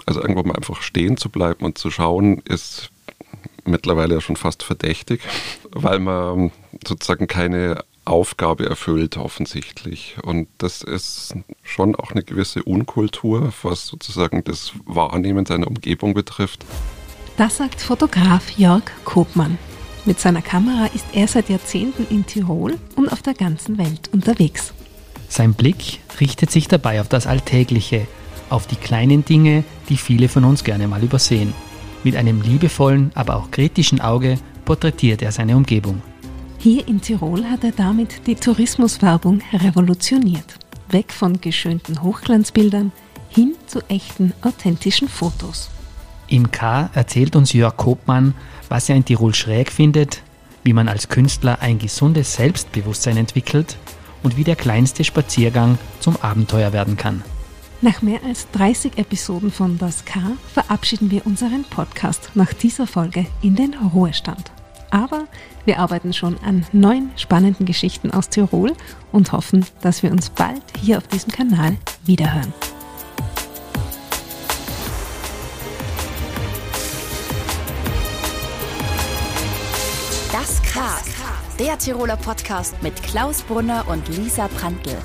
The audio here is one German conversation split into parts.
Also irgendwo mal einfach stehen zu bleiben und zu schauen, ist mittlerweile ja schon fast verdächtig, weil man sozusagen keine Aufgabe erfüllt offensichtlich. Und das ist schon auch eine gewisse Unkultur, was sozusagen das Wahrnehmen seiner Umgebung betrifft. Das sagt Fotograf Jörg Kopmann. Mit seiner Kamera ist er seit Jahrzehnten in Tirol und auf der ganzen Welt unterwegs. Sein Blick richtet sich dabei auf das Alltägliche, auf die kleinen Dinge, die viele von uns gerne mal übersehen. Mit einem liebevollen, aber auch kritischen Auge porträtiert er seine Umgebung. Hier in Tirol hat er damit die Tourismuswerbung revolutioniert. Weg von geschönten Hochglanzbildern hin zu echten, authentischen Fotos. Im K erzählt uns Jörg Kopmann, was er in Tirol schräg findet, wie man als Künstler ein gesundes Selbstbewusstsein entwickelt und wie der kleinste Spaziergang zum Abenteuer werden kann. Nach mehr als 30 Episoden von Das K verabschieden wir unseren Podcast nach dieser Folge in den Ruhestand. Aber wir arbeiten schon an neuen spannenden Geschichten aus Tirol und hoffen, dass wir uns bald hier auf diesem Kanal wiederhören. Das K, der Tiroler Podcast mit Klaus Brunner und Lisa Prantl.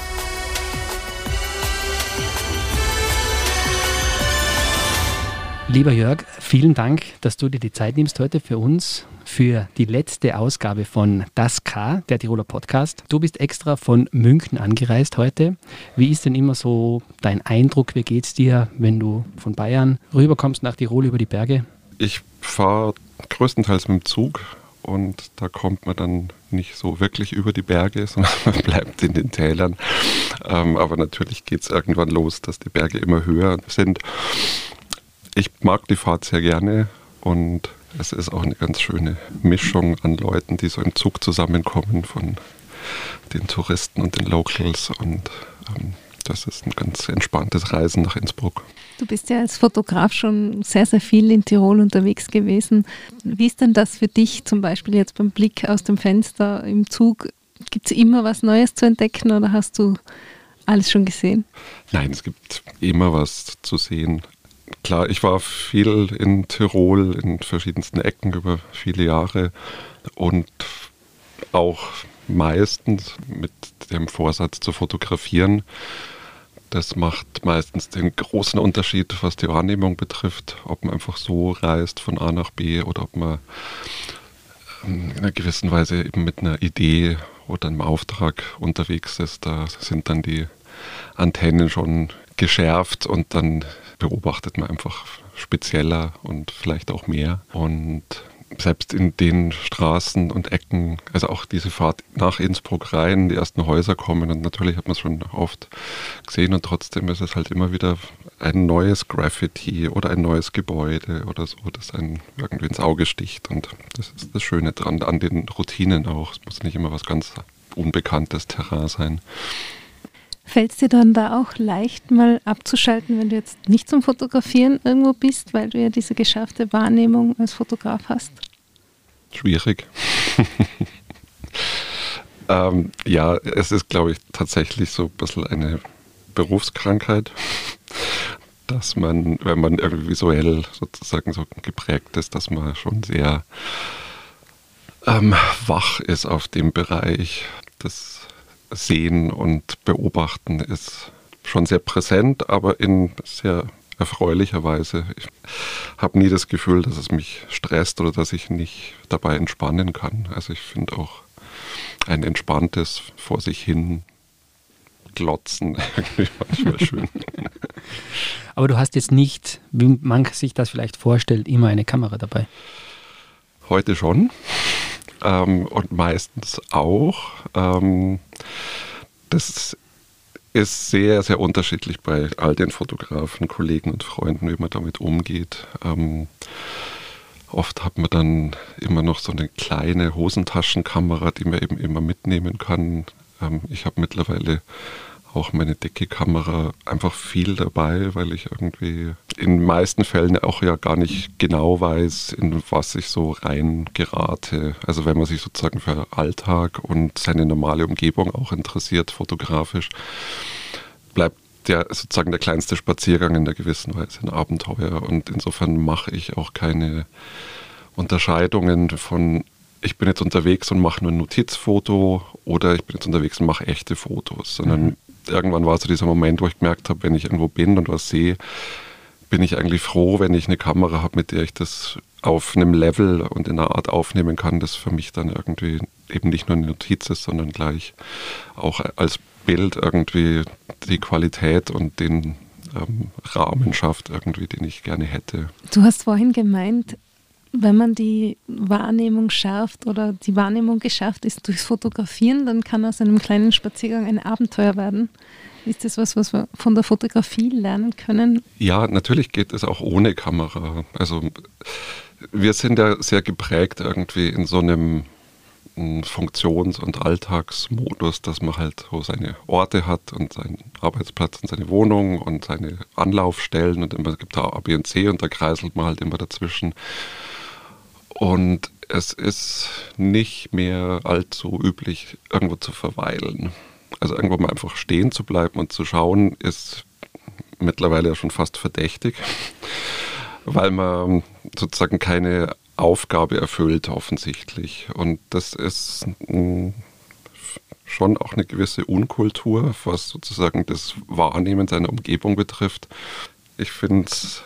Lieber Jörg, vielen Dank, dass du dir die Zeit nimmst heute für uns, für die letzte Ausgabe von Das K, der Tiroler Podcast. Du bist extra von München angereist heute. Wie ist denn immer so dein Eindruck? Wie geht's dir, wenn du von Bayern rüberkommst nach Tirol über die Berge? Ich fahre größtenteils mit dem Zug und da kommt man dann nicht so wirklich über die Berge, sondern man bleibt in den Tälern. Aber natürlich geht es irgendwann los, dass die Berge immer höher sind. Ich mag die Fahrt sehr gerne und es ist auch eine ganz schöne Mischung an Leuten, die so im Zug zusammenkommen, von den Touristen und den Locals, und das ist ein ganz entspanntes Reisen nach Innsbruck. Du bist ja als Fotograf schon sehr, sehr viel in Tirol unterwegs gewesen. Wie ist denn das für dich, zum Beispiel jetzt beim Blick aus dem Fenster im Zug? Gibt es immer was Neues zu entdecken oder hast du alles schon gesehen? Nein, es gibt immer was zu sehen. Klar, ich war viel in Tirol, in verschiedensten Ecken über viele Jahre und auch meistens mit dem Vorsatz zu fotografieren. Das macht meistens den großen Unterschied, was die Wahrnehmung betrifft, ob man einfach so reist von A nach B oder ob man in einer gewissen Weise eben mit einer Idee oder einem Auftrag unterwegs ist. Da sind dann die Antennen schon geschärft und dann beobachtet man einfach spezieller und vielleicht auch mehr. Und selbst in den Straßen und Ecken, also auch diese Fahrt nach Innsbruck rein, die ersten Häuser kommen und natürlich hat man es schon oft gesehen und trotzdem ist es halt immer wieder ein neues Graffiti oder ein neues Gebäude oder so, das einen irgendwie ins Auge sticht, und das ist das Schöne dran, an den Routinen auch. Es muss nicht immer was ganz unbekanntes Terrain sein. Fällt es dir dann da auch leicht, mal abzuschalten, wenn du jetzt nicht zum Fotografieren irgendwo bist, weil du ja diese geschärfte Wahrnehmung als Fotograf hast? Schwierig. Ja, es ist, glaube ich, tatsächlich so ein bisschen eine Berufskrankheit, dass man, wenn man irgendwie visuell sozusagen so geprägt ist, dass man schon sehr wach ist auf dem Bereich. Das Sehen und Beobachten ist schon sehr präsent, aber in sehr erfreulicher Weise. Ich habe nie das Gefühl, dass es mich stresst oder dass ich nicht dabei entspannen kann. Also ich finde auch ein entspanntes vor sich hin glotzen irgendwie manchmal schön. Aber du hast jetzt nicht, wie man sich das vielleicht vorstellt, immer eine Kamera dabei? Heute schon. Und meistens auch. Das ist sehr, sehr unterschiedlich bei all den Fotografen, Kollegen und Freunden, wie man damit umgeht. Oft hat man dann immer noch so eine kleine Hosentaschenkamera, die man eben immer mitnehmen kann. Ich habe mittlerweile auch meine dicke Kamera einfach viel dabei, weil ich irgendwie in den meisten Fällen auch ja gar nicht genau weiß, in was ich so rein gerate. Also wenn man sich sozusagen für Alltag und seine normale Umgebung auch interessiert, fotografisch, bleibt sozusagen der kleinste Spaziergang in der gewissen Weise ein Abenteuer. Und insofern mache ich auch keine Unterscheidungen von, ich bin jetzt unterwegs und mache nur ein Notizfoto oder ich bin jetzt unterwegs und mache echte Fotos, sondern irgendwann war so dieser Moment, wo ich gemerkt habe, wenn ich irgendwo bin und was sehe, bin ich eigentlich froh, wenn ich eine Kamera habe, mit der ich das auf einem Level und in einer Art aufnehmen kann, das für mich dann irgendwie eben nicht nur eine Notiz ist, sondern gleich auch als Bild irgendwie die Qualität und den Rahmen schafft, irgendwie, den ich gerne hätte. Du hast vorhin gemeint, wenn man die Wahrnehmung schärft oder die Wahrnehmung geschärft ist durchs Fotografieren, dann kann aus einem kleinen Spaziergang ein Abenteuer werden. Ist das was wir von der Fotografie lernen können? Ja, natürlich geht es auch ohne Kamera. Also wir sind ja sehr geprägt irgendwie in so einem Funktions- und Alltagsmodus, dass man halt so seine Orte hat und seinen Arbeitsplatz und seine Wohnung und seine Anlaufstellen und immer gibt da A, B und C und da kreiselt man halt immer dazwischen. Und es ist nicht mehr allzu üblich, irgendwo zu verweilen. Also irgendwo mal einfach stehen zu bleiben und zu schauen, ist mittlerweile ja schon fast verdächtig, weil man sozusagen keine Aufgabe erfüllt offensichtlich. Und das ist schon auch eine gewisse Unkultur, was sozusagen das Wahrnehmen seiner Umgebung betrifft. Ich finde es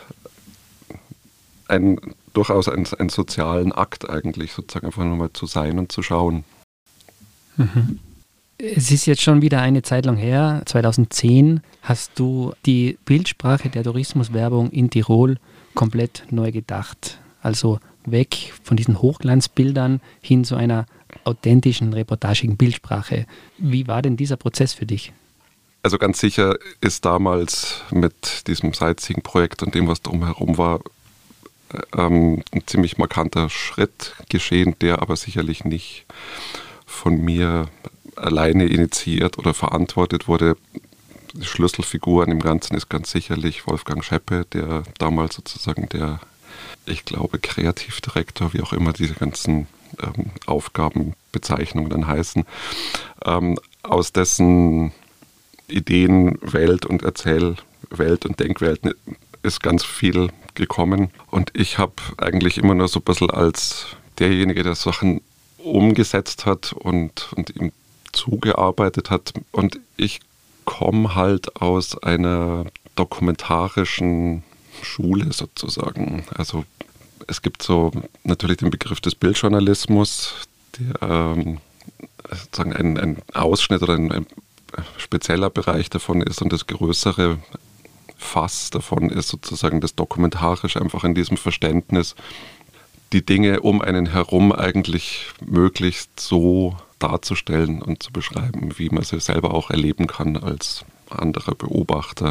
durchaus einen sozialen Akt eigentlich, sozusagen einfach nur mal zu sein und zu schauen. Mhm. Es ist jetzt schon wieder eine Zeit lang her, 2010 hast du die Bildsprache der Tourismuswerbung in Tirol komplett neu gedacht. Also weg von diesen Hochglanzbildern hin zu einer authentischen, reportagigen Bildsprache. Wie war denn dieser Prozess für dich? Also ganz sicher ist damals mit diesem Sightseeing-Projekt und dem, was drumherum war, ein ziemlich markanter Schritt geschehen, der aber sicherlich nicht von mir alleine initiiert oder verantwortet wurde. Die Schlüsselfigur an dem Ganzen ist ganz sicherlich Wolfgang Scheppe, der damals sozusagen der, ich glaube, Kreativdirektor, wie auch immer diese ganzen Aufgabenbezeichnungen dann heißen, aus dessen Ideenwelt und Erzählwelt und Denkwelt ist ganz viel gekommen. Und ich habe eigentlich immer nur so ein bisschen als derjenige, der Sachen umgesetzt hat und ihm zugearbeitet hat. Und ich komme halt aus einer dokumentarischen Schule sozusagen. Also es gibt so natürlich den Begriff des Bildjournalismus, der sozusagen ein Ausschnitt oder ein spezieller Bereich davon ist und das größere Fass davon ist sozusagen das Dokumentarische, einfach in diesem Verständnis, die Dinge um einen herum eigentlich möglichst so darzustellen und zu beschreiben, wie man sie selber auch erleben kann als anderer Beobachter.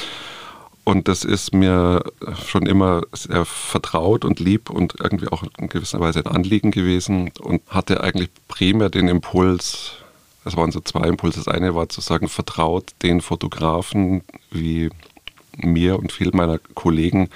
Und das ist mir schon immer sehr vertraut und lieb und irgendwie auch in gewisser Weise ein Anliegen gewesen und hatte eigentlich primär den Impuls, es waren so zwei Impulse. Das eine war zu sagen, vertraut den Fotografen wie mir und vielen meiner Kollegen,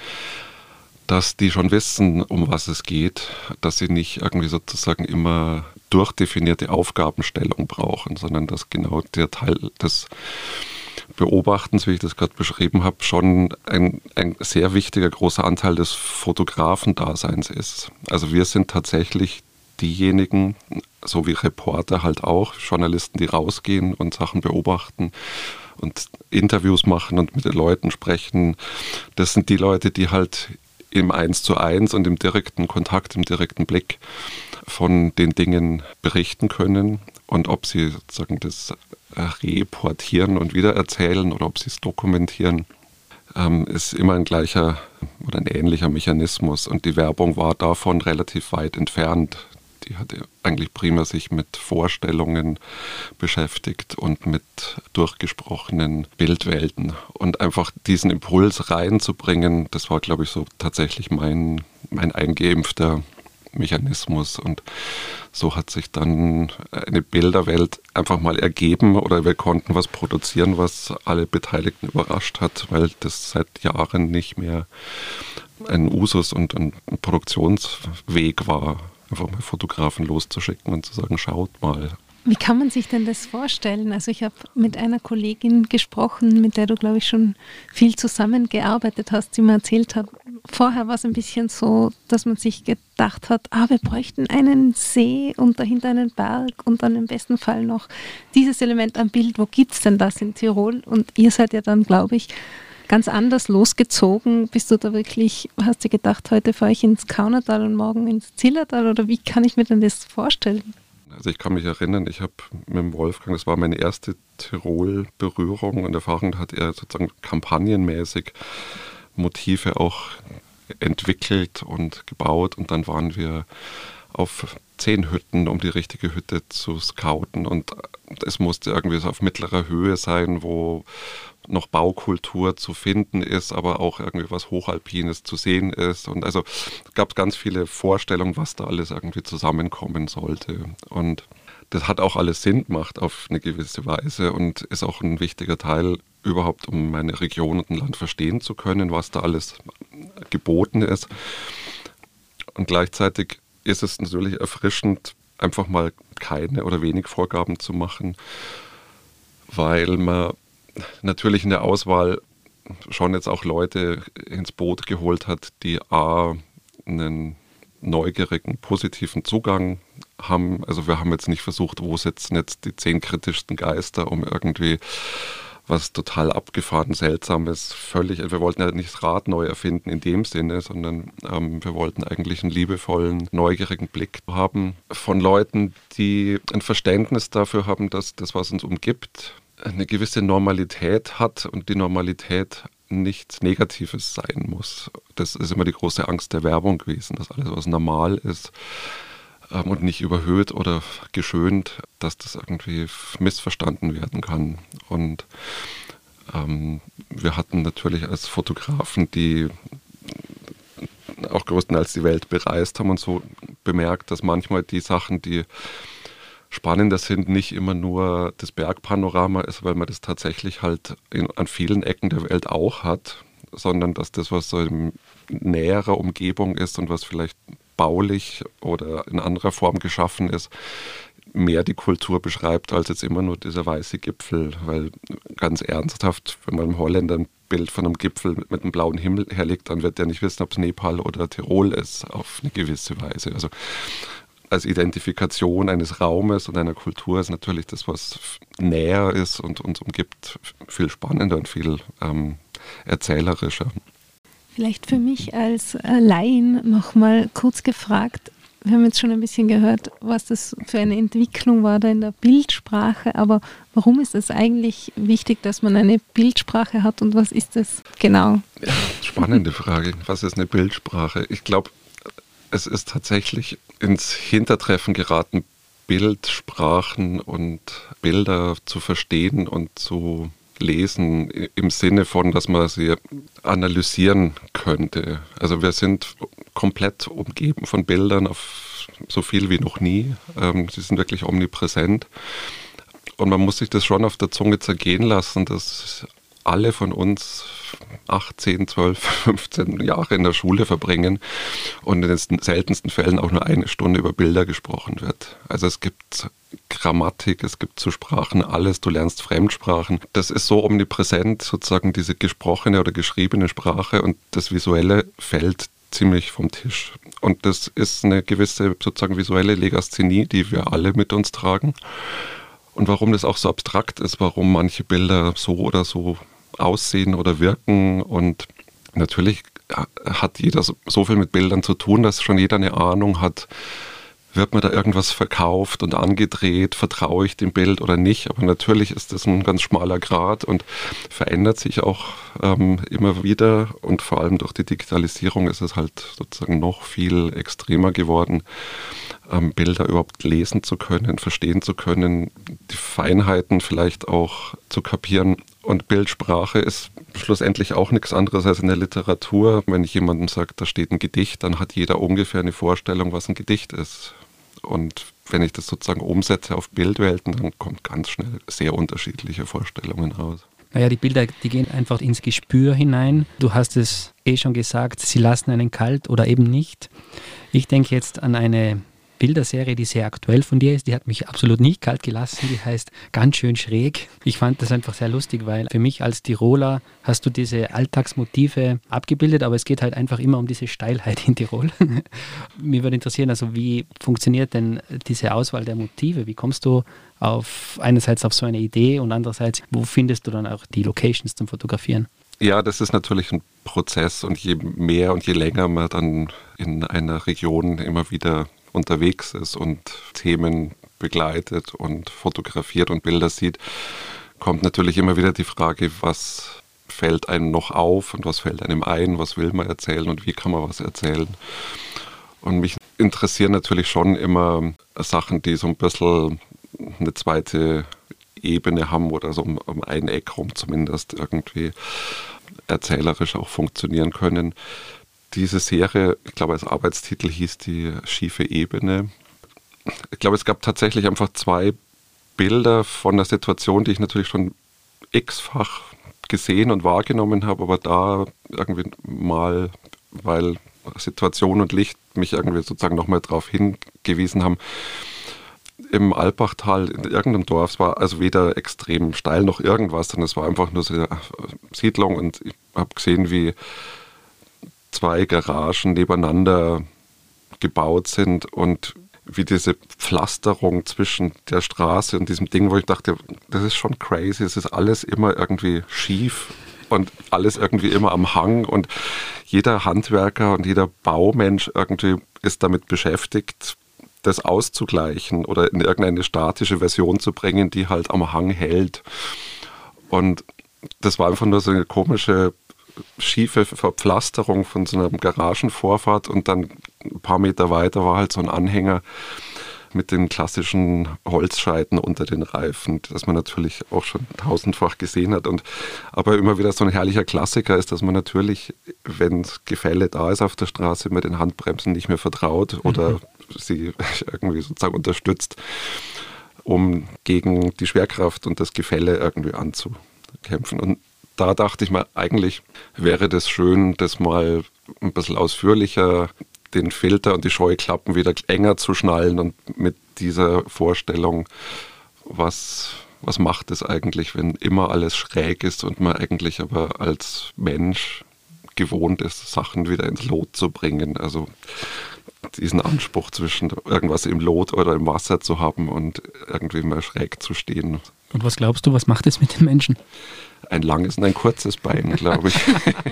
dass die schon wissen, um was es geht, dass sie nicht irgendwie sozusagen immer durchdefinierte Aufgabenstellung brauchen, sondern dass genau der Teil des Beobachtens, wie ich das gerade beschrieben habe, schon ein sehr wichtiger, großer Anteil des Fotografendaseins ist. Also wir sind tatsächlich diejenigen, so wie Reporter halt auch, Journalisten, die rausgehen und Sachen beobachten und Interviews machen und mit den Leuten sprechen. Das sind die Leute, die halt im 1:1 und im direkten Kontakt, im direkten Blick von den Dingen berichten können. Und ob sie sozusagen das reportieren und wiedererzählen oder ob sie es dokumentieren, ist immer ein gleicher oder ein ähnlicher Mechanismus. Und die Werbung war davon relativ weit entfernt. Die hatte eigentlich primär sich mit Vorstellungen beschäftigt und mit durchgesprochenen Bildwelten. Und einfach diesen Impuls reinzubringen, das war, glaube ich, so tatsächlich mein eingeimpfter Mechanismus. Und so hat sich dann eine Bilderwelt einfach mal ergeben oder wir konnten was produzieren, was alle Beteiligten überrascht hat, weil das seit Jahren nicht mehr ein Usus und ein Produktionsweg war, einfach mal Fotografen loszuschicken und zu sagen, schaut mal. Wie kann man sich denn das vorstellen? Also ich habe mit einer Kollegin gesprochen, mit der du, glaube ich, schon viel zusammengearbeitet hast, die mir erzählt hat, vorher war es ein bisschen so, dass man sich gedacht hat, wir bräuchten einen See und dahinter einen Berg und dann im besten Fall noch dieses Element am Bild. Wo gibt es denn das in Tirol? Und ihr seid ja dann, glaube ich, ganz anders losgezogen. Bist du da wirklich, hast du gedacht, heute fahre ich ins Kaunertal und morgen ins Zillertal? Oder wie kann ich mir denn das vorstellen? Also ich kann mich erinnern, ich habe mit dem Wolfgang, das war meine erste Tirol-Berührung und Erfahrung, da hat er sozusagen kampagnenmäßig Motive auch entwickelt und gebaut und dann waren wir auf 10 Hütten, um die richtige Hütte zu scouten und es musste irgendwie so auf mittlerer Höhe sein, wo noch Baukultur zu finden ist, aber auch irgendwie was Hochalpines zu sehen ist und also gab es ganz viele Vorstellungen, was da alles irgendwie zusammenkommen sollte und das hat auch alles Sinn gemacht auf eine gewisse Weise und ist auch ein wichtiger Teil überhaupt, um meine Region und ein Land verstehen zu können, was da alles geboten ist. Und gleichzeitig ist es natürlich erfrischend, einfach mal keine oder wenig Vorgaben zu machen, weil man natürlich in der Auswahl schon jetzt auch Leute ins Boot geholt hat, die einen neugierigen, positiven Zugang haben. Also wir haben jetzt nicht versucht, wo sitzen jetzt die 10 kritischsten Geister, um irgendwie was total abgefahren, Seltsames, wir wollten ja nicht das Rad neu erfinden in dem Sinne, sondern wir wollten eigentlich einen liebevollen, neugierigen Blick haben von Leuten, die ein Verständnis dafür haben, dass das, was uns umgibt, eine gewisse Normalität hat und die Normalität nichts Negatives sein muss. Das ist immer die große Angst der Werbung gewesen, dass alles, was normal ist und nicht überhöht oder geschönt, dass das irgendwie missverstanden werden kann. Und wir hatten natürlich als Fotografen, die auch größtenteils die Welt bereist haben und so bemerkt, dass manchmal die Sachen, die spannender sind, nicht immer nur das Bergpanorama ist, weil man das tatsächlich halt an vielen Ecken der Welt auch hat, sondern dass das, was so in näherer Umgebung ist und was vielleicht baulich oder in anderer Form geschaffen ist, mehr die Kultur beschreibt, als jetzt immer nur dieser weiße Gipfel. Weil ganz ernsthaft, wenn man einem Holländer ein Bild von einem Gipfel mit einem blauen Himmel herlegt, dann wird der nicht wissen, ob es Nepal oder Tirol ist, auf eine gewisse Weise. Also als Identifikation eines Raumes und einer Kultur ist natürlich das, was näher ist und uns umgibt, viel spannender und viel erzählerischer. Vielleicht für mich als Laien nochmal kurz gefragt, wir haben jetzt schon ein bisschen gehört, was das für eine Entwicklung war da in der Bildsprache, aber warum ist es eigentlich wichtig, dass man eine Bildsprache hat und was ist das genau? Ja, spannende Frage. Was ist eine Bildsprache? Ich glaube, es ist tatsächlich ins Hintertreffen geraten, Bildsprachen und Bilder zu verstehen und zu lesen im Sinne von, dass man sie analysieren könnte. Also wir sind komplett umgeben von Bildern, auf so viel wie noch nie. Sie sind wirklich omnipräsent. Und man muss sich das schon auf der Zunge zergehen lassen, dass alle von uns 8, 10, 12, 15 Jahre in der Schule verbringen und in den seltensten Fällen auch nur 1 Stunde über Bilder gesprochen wird. Also es gibt Grammatik, es gibt zu Sprachen alles, du lernst Fremdsprachen. Das ist so omnipräsent, sozusagen diese gesprochene oder geschriebene Sprache und das Visuelle fällt ziemlich vom Tisch. Und das ist eine gewisse sozusagen visuelle Legasthenie, die wir alle mit uns tragen. Und warum das auch so abstrakt ist, warum manche Bilder so oder so aussehen oder wirken. Und natürlich hat jeder so viel mit Bildern zu tun, dass schon jeder eine Ahnung hat, wird mir da irgendwas verkauft und angedreht, vertraue ich dem Bild oder nicht. Aber natürlich ist das ein ganz schmaler Grat und verändert sich auch immer wieder. Und vor allem durch die Digitalisierung ist es halt sozusagen noch viel extremer geworden, Bilder überhaupt lesen zu können, verstehen zu können, die Feinheiten vielleicht auch zu kapieren. Und Bildsprache ist schlussendlich auch nichts anderes als in der Literatur. Wenn ich jemandem sage, da steht ein Gedicht, dann hat jeder ungefähr eine Vorstellung, was ein Gedicht ist. Und wenn ich das sozusagen umsetze auf Bildwelten, dann kommt ganz schnell sehr unterschiedliche Vorstellungen raus. Naja, die Bilder, die gehen einfach ins Gespür hinein. Du hast es schon gesagt, sie lassen einen kalt oder eben nicht. Ich denke jetzt an eine Bilderserie, die sehr aktuell von dir ist. Die hat mich absolut nicht kalt gelassen. Die heißt Ganz schön schräg. Ich fand das einfach sehr lustig, weil für mich als Tiroler hast du diese Alltagsmotive abgebildet, aber es geht halt einfach immer um diese Steilheit in Tirol. Mir würde interessieren, also wie funktioniert denn diese Auswahl der Motive? Wie kommst du einerseits auf so eine Idee und andererseits, wo findest du dann auch die Locations zum Fotografieren? Ja, das ist natürlich ein Prozess und je mehr und je länger man dann in einer Region immer wieder unterwegs ist und Themen begleitet und fotografiert und Bilder sieht, kommt natürlich immer wieder die Frage, was fällt einem noch auf und was fällt einem ein, was will man erzählen und wie kann man was erzählen. Und mich interessieren natürlich schon immer Sachen, die so ein bisschen eine zweite Ebene haben oder so um ein Eck rum zumindest irgendwie erzählerisch auch funktionieren können. Diese Serie, ich glaube als Arbeitstitel hieß die Schiefe Ebene. Ich glaube, es gab tatsächlich einfach 2 Bilder von der Situation, die ich natürlich schon x-fach gesehen und wahrgenommen habe, aber da irgendwie mal, weil Situation und Licht mich irgendwie sozusagen nochmal darauf hingewiesen haben, im Alpbachtal in irgendeinem Dorf, es war also weder extrem steil noch irgendwas, sondern es war einfach nur so eine Siedlung und ich habe gesehen, wie 2 Garagen nebeneinander gebaut sind und wie diese Pflasterung zwischen der Straße und diesem Ding, wo ich dachte, das ist schon crazy, es ist alles immer irgendwie schief und alles irgendwie immer am Hang und jeder Handwerker und jeder Baumensch irgendwie ist damit beschäftigt, das auszugleichen oder in irgendeine statische Version zu bringen, die halt am Hang hält. Und das war einfach nur so eine komische, schiefe Verpflasterung von so einer Garagenvorfahrt und dann ein paar Meter weiter war halt so ein Anhänger mit den klassischen Holzscheiten unter den Reifen, das man natürlich auch schon tausendfach gesehen hat. Aber immer wieder so ein herrlicher Klassiker ist, dass man natürlich, wenn Gefälle da ist auf der Straße, mit den Handbremsen nicht mehr vertraut oder sie irgendwie sozusagen unterstützt, um gegen die Schwerkraft und das Gefälle irgendwie anzukämpfen. Und da dachte ich mir, eigentlich wäre das schön, das mal ein bisschen ausführlicher, den Filter und die Scheuklappen wieder enger zu schnallen und mit dieser Vorstellung, was macht es eigentlich, wenn immer alles schräg ist und man eigentlich aber als Mensch gewohnt ist, Sachen wieder ins Lot zu bringen. Also diesen Anspruch zwischen irgendwas im Lot oder im Wasser zu haben und irgendwie mal schräg zu stehen. Und was glaubst du, was macht es mit den Menschen? Ein langes und ein kurzes Bein, glaube ich.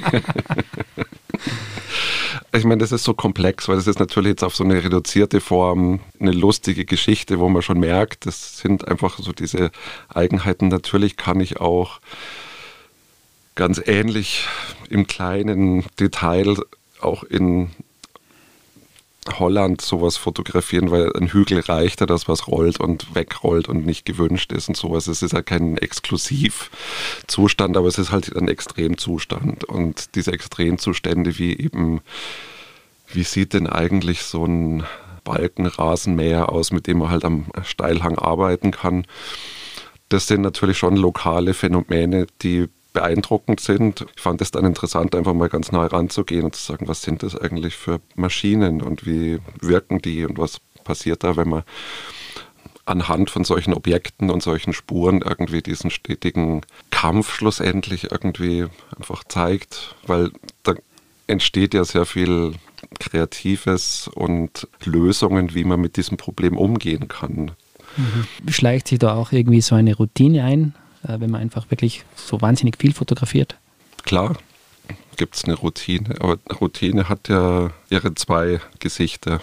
Ich meine, das ist so komplex, weil das ist natürlich jetzt auf so eine reduzierte Form eine lustige Geschichte, wo man schon merkt, das sind einfach so diese Eigenheiten. Natürlich kann ich auch ganz ähnlich im kleinen Detail auch in Holland sowas fotografieren, weil ein Hügel reicht ja, dass was rollt und wegrollt und nicht gewünscht ist und sowas. Es ist ja kein Exklusivzustand, aber es ist halt ein Extremzustand. Und diese Extremzustände wie sieht denn eigentlich so ein Balkenrasenmäher aus, mit dem man halt am Steilhang arbeiten kann? Das sind natürlich schon lokale Phänomene, die beeindruckend sind. Ich fand es dann interessant, einfach mal ganz nah ranzugehen und zu sagen, was sind das eigentlich für Maschinen und wie wirken die und was passiert da, wenn man anhand von solchen Objekten und solchen Spuren irgendwie diesen stetigen Kampf schlussendlich irgendwie einfach zeigt, weil da entsteht ja sehr viel Kreatives und Lösungen, wie man mit diesem Problem umgehen kann. Schleicht sich da auch irgendwie so eine Routine ein, wenn man einfach wirklich so wahnsinnig viel fotografiert? Klar, gibt es eine Routine, aber eine Routine hat ja ihre 2 Gesichter.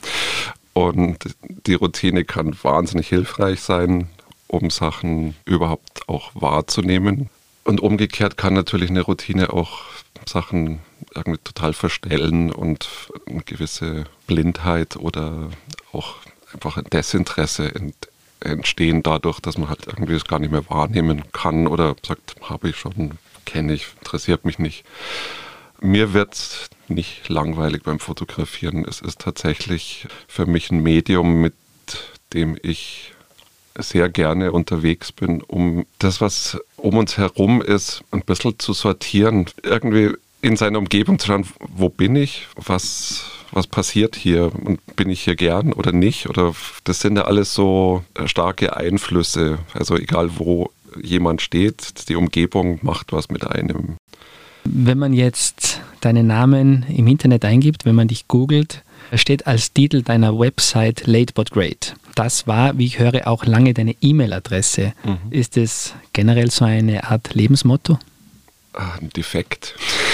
Und die Routine kann wahnsinnig hilfreich sein, um Sachen überhaupt auch wahrzunehmen. Und umgekehrt kann natürlich eine Routine auch Sachen irgendwie total verstellen und eine gewisse Blindheit oder auch einfach ein Desinteresse entstehen dadurch, dass man halt irgendwie es gar nicht mehr wahrnehmen kann oder sagt, habe ich schon, kenne ich, interessiert mich nicht. Mir wird es nicht langweilig beim Fotografieren. Es ist tatsächlich für mich ein Medium, mit dem ich sehr gerne unterwegs bin, um das, was um uns herum ist, ein bisschen zu sortieren. Irgendwie in seiner Umgebung zu schauen, wo bin ich, was passiert hier und bin ich hier gern oder nicht? Oder das sind ja alles so starke Einflüsse. Also egal, wo jemand steht, die Umgebung macht was mit einem. Wenn man jetzt deinen Namen im Internet eingibt, wenn man dich googelt, steht als Titel deiner Website Late But Great. Das war, wie ich höre, auch lange deine E-Mail-Adresse. Ist es generell so eine Art Lebensmotto? Ein Defekt.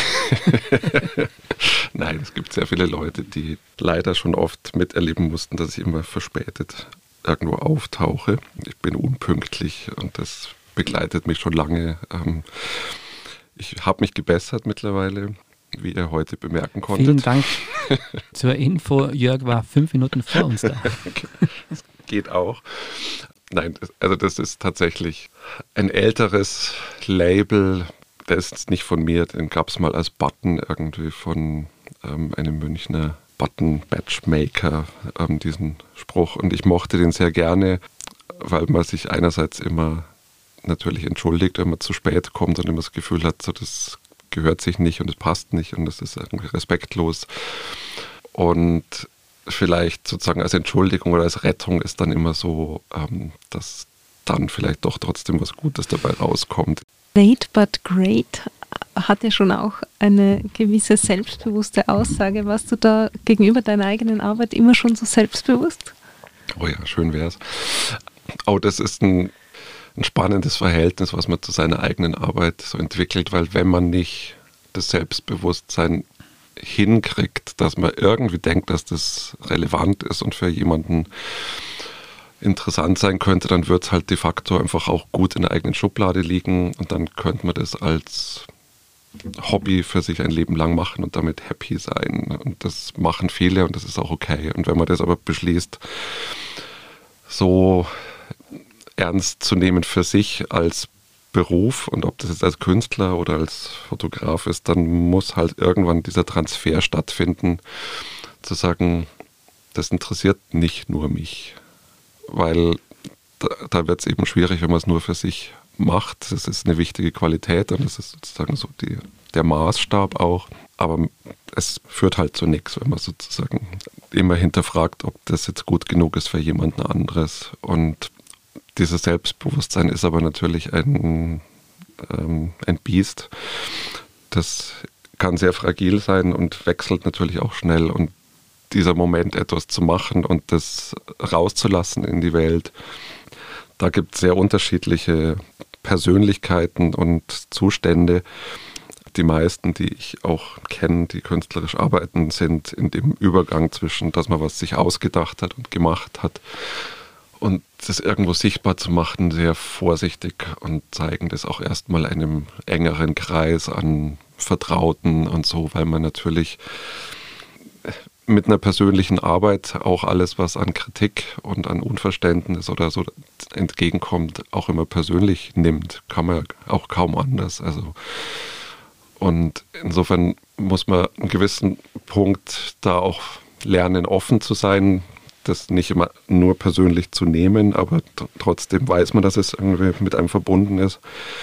Nein, es gibt sehr viele Leute, die leider schon oft miterleben mussten, dass ich immer verspätet irgendwo auftauche. Ich bin unpünktlich und das begleitet mich schon lange. Ich habe mich gebessert mittlerweile, wie ihr heute bemerken konntet. Vielen Dank. Zur Info, Jörg war 5 Minuten vor uns da. Das geht auch. Nein, also das ist tatsächlich ein älteres Label. Der ist nicht von mir, den gab es mal als Button irgendwie von einem Münchner Button-Batchmaker, diesen Spruch. Und ich mochte den sehr gerne, weil man sich einerseits immer natürlich entschuldigt, wenn man zu spät kommt und immer das Gefühl hat, so das gehört sich nicht und es passt nicht und das ist irgendwie respektlos. Und vielleicht sozusagen als Entschuldigung oder als Rettung ist dann immer so, dass dann vielleicht doch trotzdem was Gutes dabei rauskommt. Late but great hat ja schon auch eine gewisse selbstbewusste Aussage. Warst du da gegenüber deiner eigenen Arbeit immer schon so selbstbewusst? Oh ja, schön wär's. Oh, das ist ein spannendes Verhältnis, was man zu seiner eigenen Arbeit so entwickelt, weil wenn man nicht das Selbstbewusstsein hinkriegt, dass man irgendwie denkt, dass das relevant ist und für jemanden interessant sein könnte, dann wird es halt de facto einfach auch gut in der eigenen Schublade liegen und dann könnte man das als Hobby für sich ein Leben lang machen und damit happy sein. Und das machen viele und das ist auch okay. Und wenn man das aber beschließt, so ernst zu nehmen für sich als Beruf und ob das jetzt als Künstler oder als Fotograf ist, dann muss halt irgendwann dieser Transfer stattfinden, zu sagen, das interessiert nicht nur mich. Weil da wird es eben schwierig, wenn man es nur für sich macht. Das ist eine wichtige Qualität und das ist sozusagen so der Maßstab auch. Aber es führt halt zu nichts, wenn man sozusagen immer hinterfragt, ob das jetzt gut genug ist für jemanden anderes. Und dieses Selbstbewusstsein ist aber natürlich ein Biest. Das kann sehr fragil sein und wechselt natürlich auch schnell. Und dieser Moment, etwas zu machen und das rauszulassen in die Welt, da gibt es sehr unterschiedliche Persönlichkeiten und Zustände. Die meisten, die ich auch kenne, die künstlerisch arbeiten, sind in dem Übergang zwischen, dass man was sich ausgedacht hat und gemacht hat und das irgendwo sichtbar zu machen, sehr vorsichtig und zeigen das auch erstmal einem engeren Kreis an Vertrauten und so, weil man natürlich mit einer persönlichen Arbeit auch alles, was an Kritik und an Unverständnis oder so entgegenkommt, auch immer persönlich nimmt. Kann man auch kaum anders. Also, und insofern muss man einen gewissen Punkt da auch lernen, offen zu sein, das nicht immer nur persönlich zu nehmen, aber trotzdem weiß man, dass es irgendwie mit einem verbunden ist.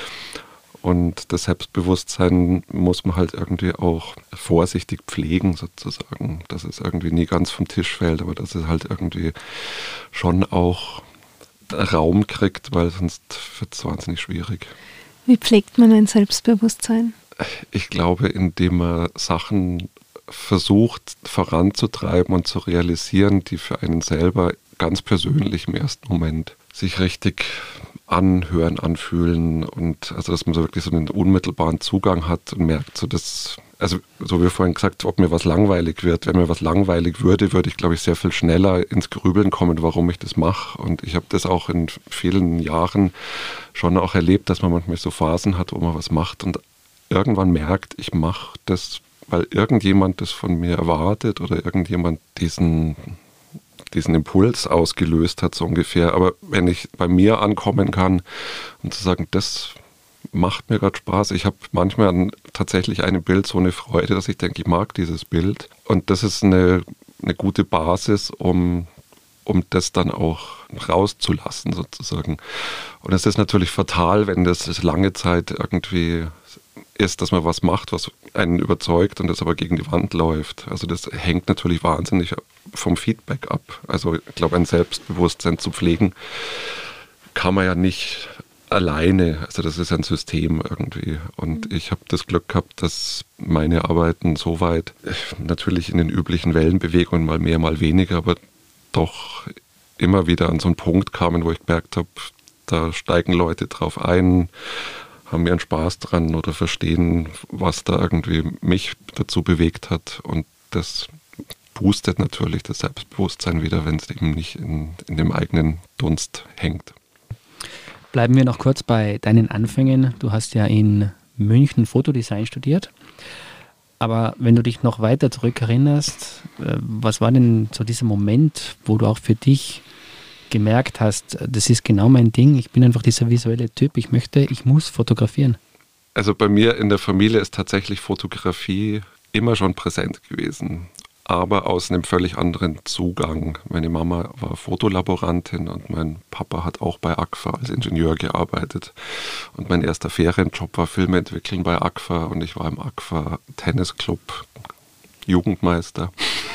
Und das Selbstbewusstsein muss man halt irgendwie auch vorsichtig pflegen sozusagen, dass es irgendwie nie ganz vom Tisch fällt, aber dass es halt irgendwie schon auch Raum kriegt, weil sonst wird es wahnsinnig schwierig. Wie pflegt man ein Selbstbewusstsein? Ich glaube, indem man Sachen versucht voranzutreiben und zu realisieren, die für einen selber ganz persönlich im ersten Moment sich richtig anhören, anfühlen und also dass man so wirklich so einen unmittelbaren Zugang hat und merkt, so dass, also so wie vorhin gesagt, ob mir was langweilig wird. Wenn mir was langweilig würde, würde ich, glaube ich, sehr viel schneller ins Grübeln kommen, warum ich das mache. Und ich habe das auch in vielen Jahren schon auch erlebt, dass man manchmal so Phasen hat, wo man was macht und irgendwann merkt, ich mache das, weil irgendjemand das von mir erwartet oder irgendjemand diesen Impuls ausgelöst hat, so ungefähr. Aber wenn ich bei mir ankommen kann und zu sagen, das macht mir gerade Spaß. Ich habe manchmal an tatsächlich einem Bild so eine Freude, dass ich denke, ich mag dieses Bild. Und das ist eine gute Basis, um um das dann auch rauszulassen sozusagen. Und es ist natürlich fatal, wenn das lange Zeit irgendwie ist, dass man was macht, was einen überzeugt und das aber gegen die Wand läuft. Also das hängt natürlich wahnsinnig vom Feedback ab. Also ich glaube, ein Selbstbewusstsein zu pflegen kann man ja nicht alleine. Also das ist ein System irgendwie. Und ich habe das Glück gehabt, dass meine Arbeiten soweit natürlich in den üblichen Wellenbewegungen mal mehr, mal weniger, aber doch immer wieder an so einen Punkt kamen, wo ich gemerkt habe, da steigen Leute drauf ein, haben ihren Spaß dran oder verstehen, was da irgendwie mich dazu bewegt hat. Und das boostet natürlich das Selbstbewusstsein wieder, wenn es eben nicht in dem eigenen Dunst hängt. Bleiben wir noch kurz bei deinen Anfängen. Du hast ja in München Fotodesign studiert. Aber wenn du dich noch weiter zurückerinnerst, was war denn so dieser Moment, wo du auch für dich gemerkt hast, das ist genau mein Ding, ich bin einfach dieser visuelle Typ, ich muss fotografieren? Also bei mir in der Familie ist tatsächlich Fotografie immer schon präsent gewesen, aber aus einem völlig anderen Zugang. Meine Mama war Fotolaborantin und mein Papa hat auch bei Agfa als Ingenieur gearbeitet. Und mein erster Ferienjob war Filme entwickeln bei Agfa und ich war im Agfa Tennisclub Jugendmeister.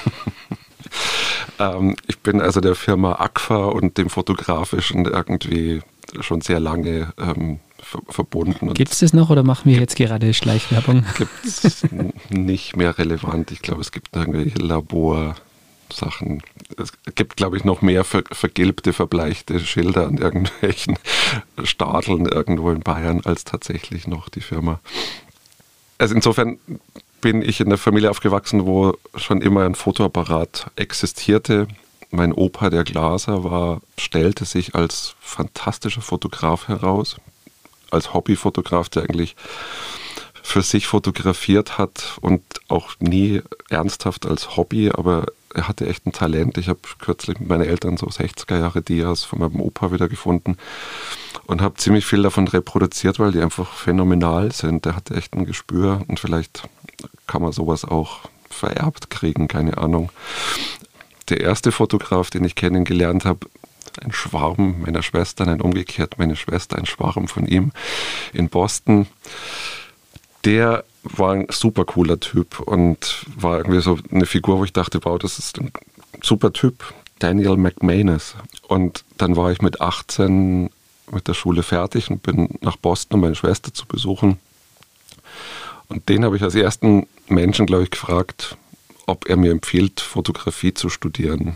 Ich bin also der Firma Agfa und dem Fotografischen irgendwie schon sehr lange verbunden. Gibt es das noch oder machen wir jetzt gerade Schleichwerbung? Gibt es nicht mehr relevant. Ich glaube, es gibt irgendwelche Laborsachen. Es gibt, glaube ich, noch mehr vergilbte, verbleichte Schilder an irgendwelchen Stadeln irgendwo in Bayern als tatsächlich noch die Firma. Also insofern bin ich in der Familie aufgewachsen, wo schon immer ein Fotoapparat existierte. Mein Opa, der Glaser war, stellte sich als fantastischer Fotograf heraus, als Hobbyfotograf, der eigentlich für sich fotografiert hat und auch nie ernsthaft als Hobby, aber er hatte echt ein Talent. Ich habe kürzlich mit meinen Eltern so 60er Jahre Dias von meinem Opa wieder gefunden und habe ziemlich viel davon reproduziert, weil die einfach phänomenal sind. Der hatte echt ein Gespür und vielleicht kann man sowas auch vererbt kriegen, keine Ahnung. Der erste Fotograf, den ich kennengelernt habe, ein Schwarm meiner Schwester, nein, umgekehrt, meine Schwester, ein Schwarm von ihm in Boston. Der war ein super cooler Typ und war irgendwie so eine Figur, wo ich dachte, wow, das ist ein super Typ, Daniel McManus. Und dann war ich mit 18 mit der Schule fertig und bin nach Boston, um meine Schwester zu besuchen. Und den habe ich als ersten Menschen, glaube ich, gefragt, ob er mir empfiehlt, Fotografie zu studieren.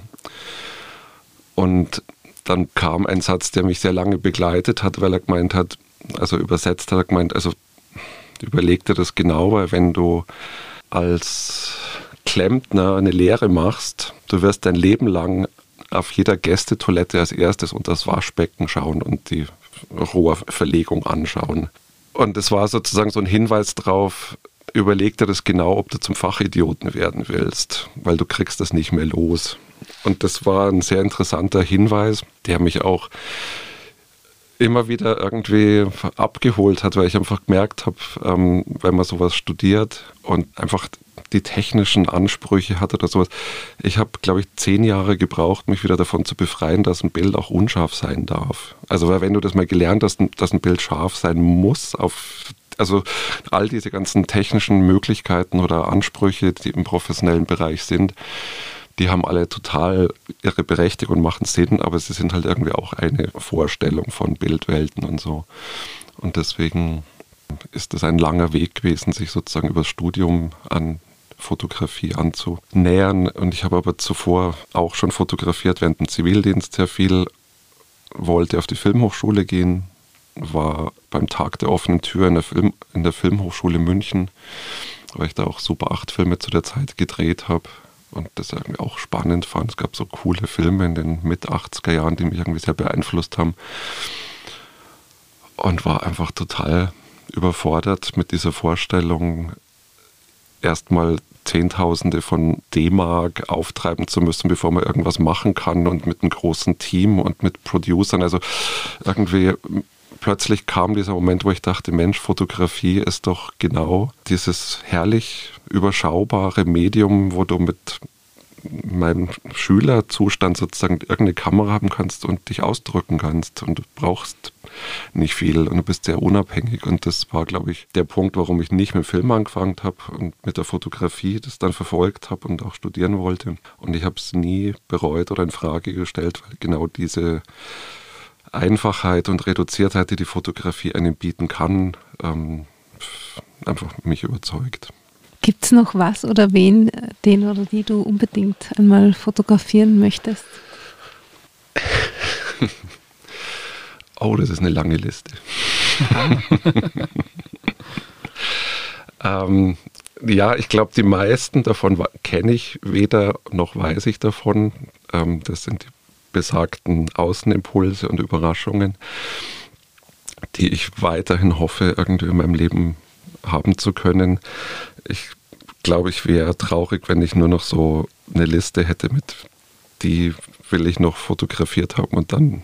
Und dann kam ein Satz, der mich sehr lange begleitet hat, weil er gemeint hat, also übersetzt hat er gemeint, also überleg dir das genau, weil wenn du als Klempner eine Lehre machst, du wirst dein Leben lang auf jeder Gästetoilette als erstes unter das Waschbecken schauen und die Rohrverlegung anschauen. Und es war sozusagen so ein Hinweis drauf, überleg dir das genau, ob du zum Fachidioten werden willst, weil du kriegst das nicht mehr los. Und das war ein sehr interessanter Hinweis, der mich auch immer wieder irgendwie abgeholt hat, weil ich einfach gemerkt habe, wenn man sowas studiert und einfach die technischen Ansprüche hat oder sowas. Ich habe, glaube ich, 10 Jahre gebraucht, mich wieder davon zu befreien, dass ein Bild auch unscharf sein darf. Also weil wenn du das mal gelernt hast, dass ein Bild scharf sein muss, also all diese ganzen technischen Möglichkeiten oder Ansprüche, die im professionellen Bereich sind, die haben alle total ihre Berechtigung und machen Sinn, aber sie sind halt irgendwie auch eine Vorstellung von Bildwelten und so. Und deswegen ist das ein langer Weg gewesen, sich sozusagen über das Studium an Fotografie anzunähern. Und ich habe aber zuvor auch schon fotografiert während dem Zivildienst sehr viel, wollte auf die Filmhochschule gehen, war beim Tag der offenen Tür in der Filmhochschule München, weil ich da auch Super 8 Filme zu der Zeit gedreht habe und das irgendwie auch spannend fand. Es gab so coole Filme in den Mit-80er Jahren, die mich irgendwie sehr beeinflusst haben und war einfach total überfordert mit dieser Vorstellung, erstmal Zehntausende von D-Mark auftreiben zu müssen, bevor man irgendwas machen kann und mit einem großen Team und mit Producern. Also irgendwie plötzlich kam dieser Moment, wo ich dachte, Mensch, Fotografie ist doch genau dieses herrlich überschaubare Medium, wo du mit in meinem Schülerzustand sozusagen irgendeine Kamera haben kannst und dich ausdrücken kannst und du brauchst nicht viel und du bist sehr unabhängig und das war, glaube ich, der Punkt, warum ich nicht mit dem Film angefangen habe und mit der Fotografie das dann verfolgt habe und auch studieren wollte und ich habe es nie bereut oder in Frage gestellt, weil genau diese Einfachheit und Reduziertheit, die die Fotografie einem bieten kann, einfach mich überzeugt. Gibt es noch was oder wen, den oder die du unbedingt einmal fotografieren möchtest? Oh, das ist eine lange Liste. Ja, ich glaube, die meisten davon kenne ich weder noch weiß ich davon. Das sind die besagten Außenimpulse und Überraschungen, die ich weiterhin hoffe, irgendwie in meinem Leben haben zu können. Ich glaube, ich wäre traurig, wenn ich nur noch so eine Liste hätte mit, die will ich noch fotografiert haben und dann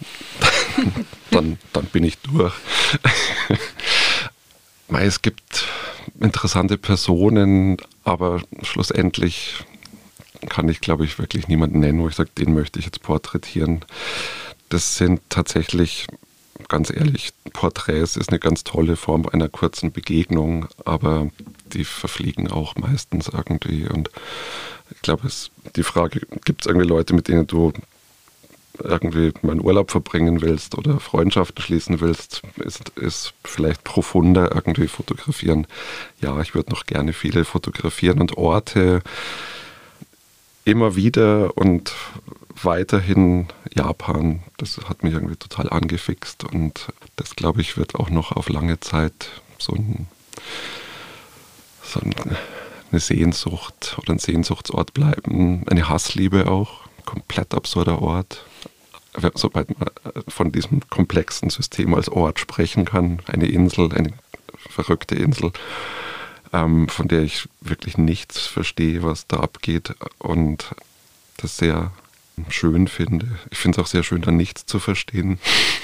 bin ich durch. Es gibt interessante Personen, aber schlussendlich kann ich, glaube ich, wirklich niemanden nennen, wo ich sage, den möchte ich jetzt porträtieren. Das sind tatsächlich, ganz ehrlich, Porträts ist eine ganz tolle Form einer kurzen Begegnung, aber die verfliegen auch meistens irgendwie. Und ich glaube, die Frage, gibt es irgendwie Leute, mit denen du irgendwie mal einen Urlaub verbringen willst oder Freundschaften schließen willst, ist vielleicht profunder irgendwie fotografieren. Ja, ich würde noch gerne viele fotografieren und Orte immer wieder und weiterhin Japan, das hat mich irgendwie total angefixt und das, glaube ich, wird auch noch auf lange Zeit so eine Sehnsucht oder ein Sehnsuchtsort bleiben, eine Hassliebe auch, komplett absurder Ort. Sobald man von diesem komplexen System als Ort sprechen kann, eine Insel, eine verrückte Insel, von der ich wirklich nichts verstehe, was da abgeht und das sehr schön finde. Ich finde es auch sehr schön, da nichts zu verstehen.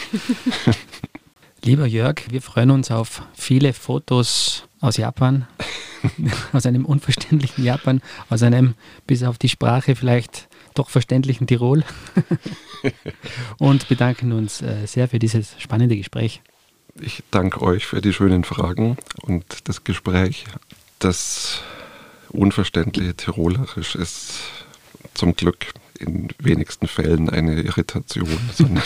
Lieber Jörg, wir freuen uns auf viele Fotos aus Japan, aus einem unverständlichen Japan, aus einem bis auf die Sprache vielleicht doch verständlichen Tirol und bedanken uns sehr für dieses spannende Gespräch. Ich danke euch für die schönen Fragen und das Gespräch. Das unverständliche Tirolerisch ist zum Glück in wenigsten Fällen eine Irritation, sondern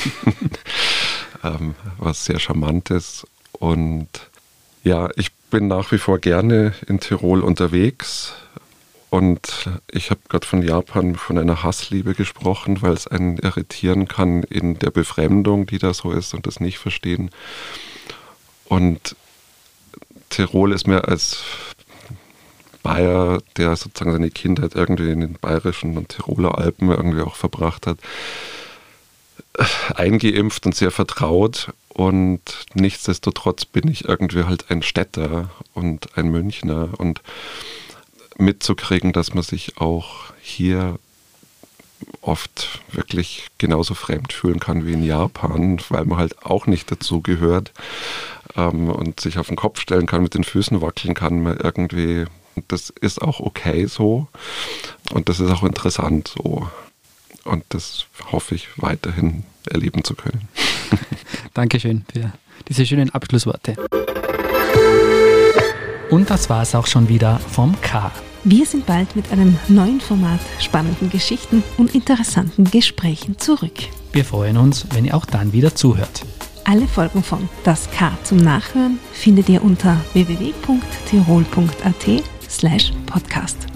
was sehr Charmantes. Und ja, ich bin nach wie vor gerne in Tirol unterwegs. Und ich habe gerade von Japan, von einer Hassliebe gesprochen, weil es einen irritieren kann in der Befremdung, die da so ist und das nicht verstehen. Und Tirol ist mir als Bayer, der sozusagen seine Kindheit irgendwie in den bayerischen und Tiroler Alpen irgendwie auch verbracht hat, eingeimpft und sehr vertraut. Und nichtsdestotrotz bin ich irgendwie halt ein Städter und ein Münchner und mitzukriegen, dass man sich auch hier oft wirklich genauso fremd fühlen kann wie in Japan, weil man halt auch nicht dazu gehört und sich auf den Kopf stellen kann, mit den Füßen wackeln kann, man irgendwie, das ist auch okay so und das ist auch interessant so und das hoffe ich weiterhin erleben zu können. Dankeschön für diese schönen Abschlussworte. Und das war es auch schon wieder vom K. Wir sind bald mit einem neuen Format, spannenden Geschichten und interessanten Gesprächen zurück. Wir freuen uns, wenn ihr auch dann wieder zuhört. Alle Folgen von Das K zum Nachhören findet ihr unter www.tirol.at/podcast.